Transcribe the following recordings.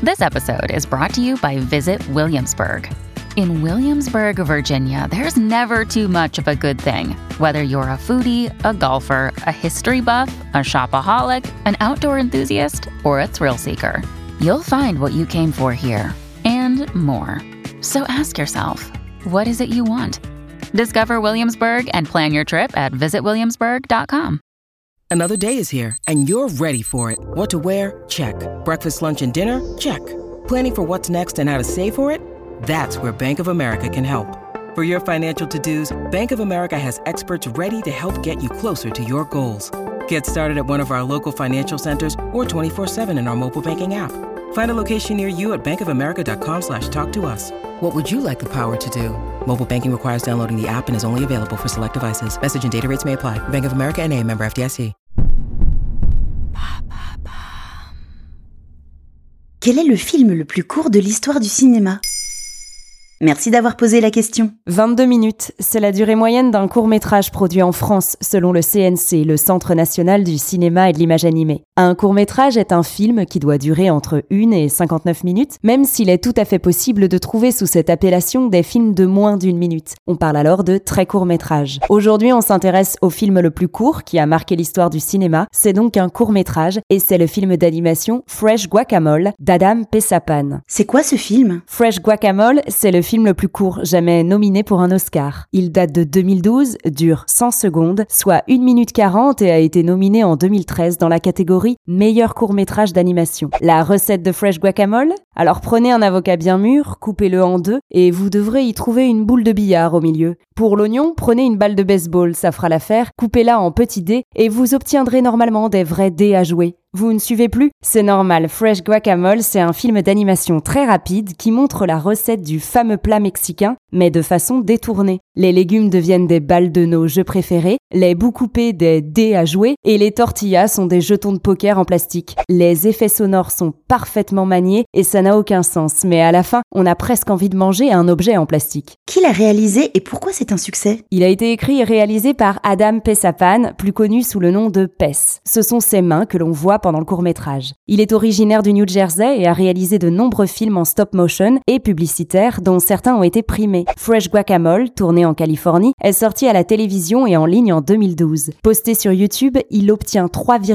This episode is brought to you by Visit Williamsburg. In Williamsburg, Virginia, there's never too much of a good thing. Whether you're a foodie, a golfer, a history buff, a shopaholic, an outdoor enthusiast, or a thrill seeker, you'll find what you came for here and more. So ask yourself, what is it you want? Discover Williamsburg and plan your trip at visitwilliamsburg.com. Another day is here, and you're ready for it. What to wear? Check. Breakfast, lunch, and dinner? Check. Planning for what's next and how to save for it? That's where Bank of America can help. For your financial to-dos, Bank of America has experts ready to help get you closer to your goals. Get started at one of our local financial centers or 24/7 in our mobile banking app. Find a location near you at bankofamerica.com/talktous. What would you like the power to do? Mobile banking requires downloading the app and is only available for select devices. Message and data rates may apply. Bank of America N.A., member FDIC. Quel est le film le plus court de l'histoire du cinéma ? Merci d'avoir posé la question. 22 minutes, c'est la durée moyenne d'un court-métrage produit en France, selon le CNC, le Centre national du cinéma et de l'image animée. Un court-métrage est un film qui doit durer entre 1 et 59 minutes, même s'il est tout à fait possible de trouver sous cette appellation des films de moins d'1 minute. On parle alors de très court-métrage. Aujourd'hui, on s'intéresse au film le plus court qui a marqué l'histoire du cinéma. C'est donc un court-métrage et c'est le film d'animation Fresh Guacamole d'Adam Pesapane. C'est quoi ce film ? Fresh Guacamole, c'est le film le plus court jamais nominé pour un Oscar. Il date de 2012, dure 100 secondes, soit 1 minute 40 et a été nominé en 2013 dans la catégorie meilleur court-métrage d'animation. La recette de Fresh Guacamole ? Alors prenez un avocat bien mûr, coupez-le en deux et vous devrez y trouver une boule de billard au milieu. Pour l'oignon, prenez une balle de baseball, ça fera l'affaire, coupez-la en petits dés et vous obtiendrez normalement des vrais dés à jouer. Vous ne suivez plus ? C'est normal, Fresh Guacamole, c'est un film d'animation très rapide qui montre la recette du fameux plat mexicain, mais de façon détournée. Les légumes deviennent des balles de nos jeux préférés, les bouts coupés des dés à jouer et les tortillas sont des jetons de poker en plastique. Les effets sonores sont parfaitement maniés et ça n'a aucun sens, mais à la fin, on a presque envie de manger un objet en plastique. Qui l'a réalisé et pourquoi c'est un succès ? Il a été écrit et réalisé par Adam Pesapane, plus connu sous le nom de Pes. Ce sont ses mains que l'on voit pendant le court-métrage. Il est originaire du New Jersey et a réalisé de nombreux films en stop-motion et publicitaires dont certains ont été primés. Fresh Guacamole, tourné en Californie, est sorti à la télévision et en ligne en 2012. Posté sur YouTube, il obtient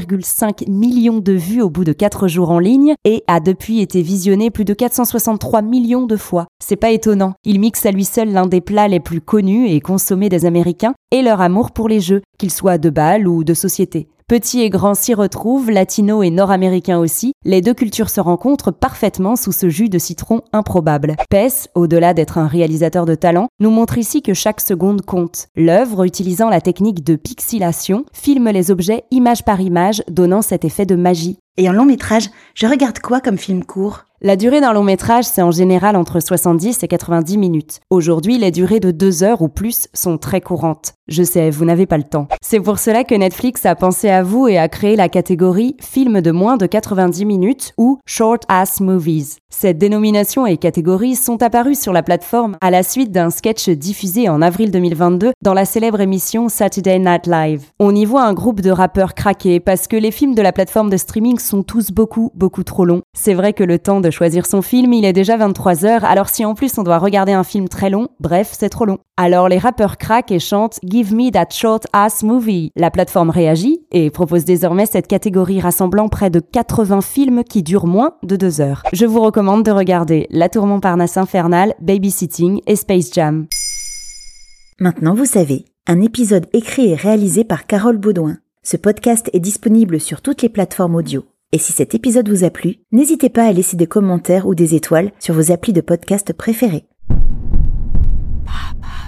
3,5 millions de vues au bout de 4 jours en ligne et a depuis été visionné plus de 463 millions de fois. C'est pas étonnant. Il mixe à lui seul l'un des plats les plus connus et consommés des Américains et leur amour pour les jeux, qu'ils soient de balle ou de société. Petits et grands s'y retrouvent, latinos et nord-américains aussi, les deux cultures se rencontrent parfaitement sous ce jus de citron improbable. Pes, au-delà d'être un réalisateur de talent, nous montre ici que chaque seconde compte. L'œuvre, utilisant la technique de pixelation, filme les objets image par image, donnant cet effet de magie. Et en long métrage, je regarde quoi comme film court ? La durée d'un long métrage, c'est en général entre 70 et 90 minutes. Aujourd'hui, les durées de 2 heures ou plus sont très courantes. Je sais, vous n'avez pas le temps. C'est pour cela que Netflix a pensé à vous et a créé la catégorie film de moins de 90 minutes ou Short Ass Movies. Cette dénomination et catégorie sont apparues sur la plateforme à la suite d'un sketch diffusé en avril 2022 dans la célèbre émission Saturday Night Live. On y voit un groupe de rappeurs craquer parce que les films de la plateforme de streaming sont tous beaucoup trop longs. C'est vrai que le temps de choisir son film, il est déjà 23h, alors si en plus on doit regarder un film très long, bref, c'est trop long. Alors les rappeurs craquent et chantent « Give me that short ass movie ». La plateforme réagit et propose désormais cette catégorie rassemblant près de 80 films qui durent moins de 2 heures. Je vous recommande de regarder La Tour Montparnasse Infernale, Babysitting et Space Jam. Maintenant vous savez, un épisode écrit et réalisé par Carole Baudouin. Ce podcast est disponible sur toutes les plateformes audio. Et si cet épisode vous a plu, n'hésitez pas à laisser des commentaires ou des étoiles sur vos applis de podcast préférés.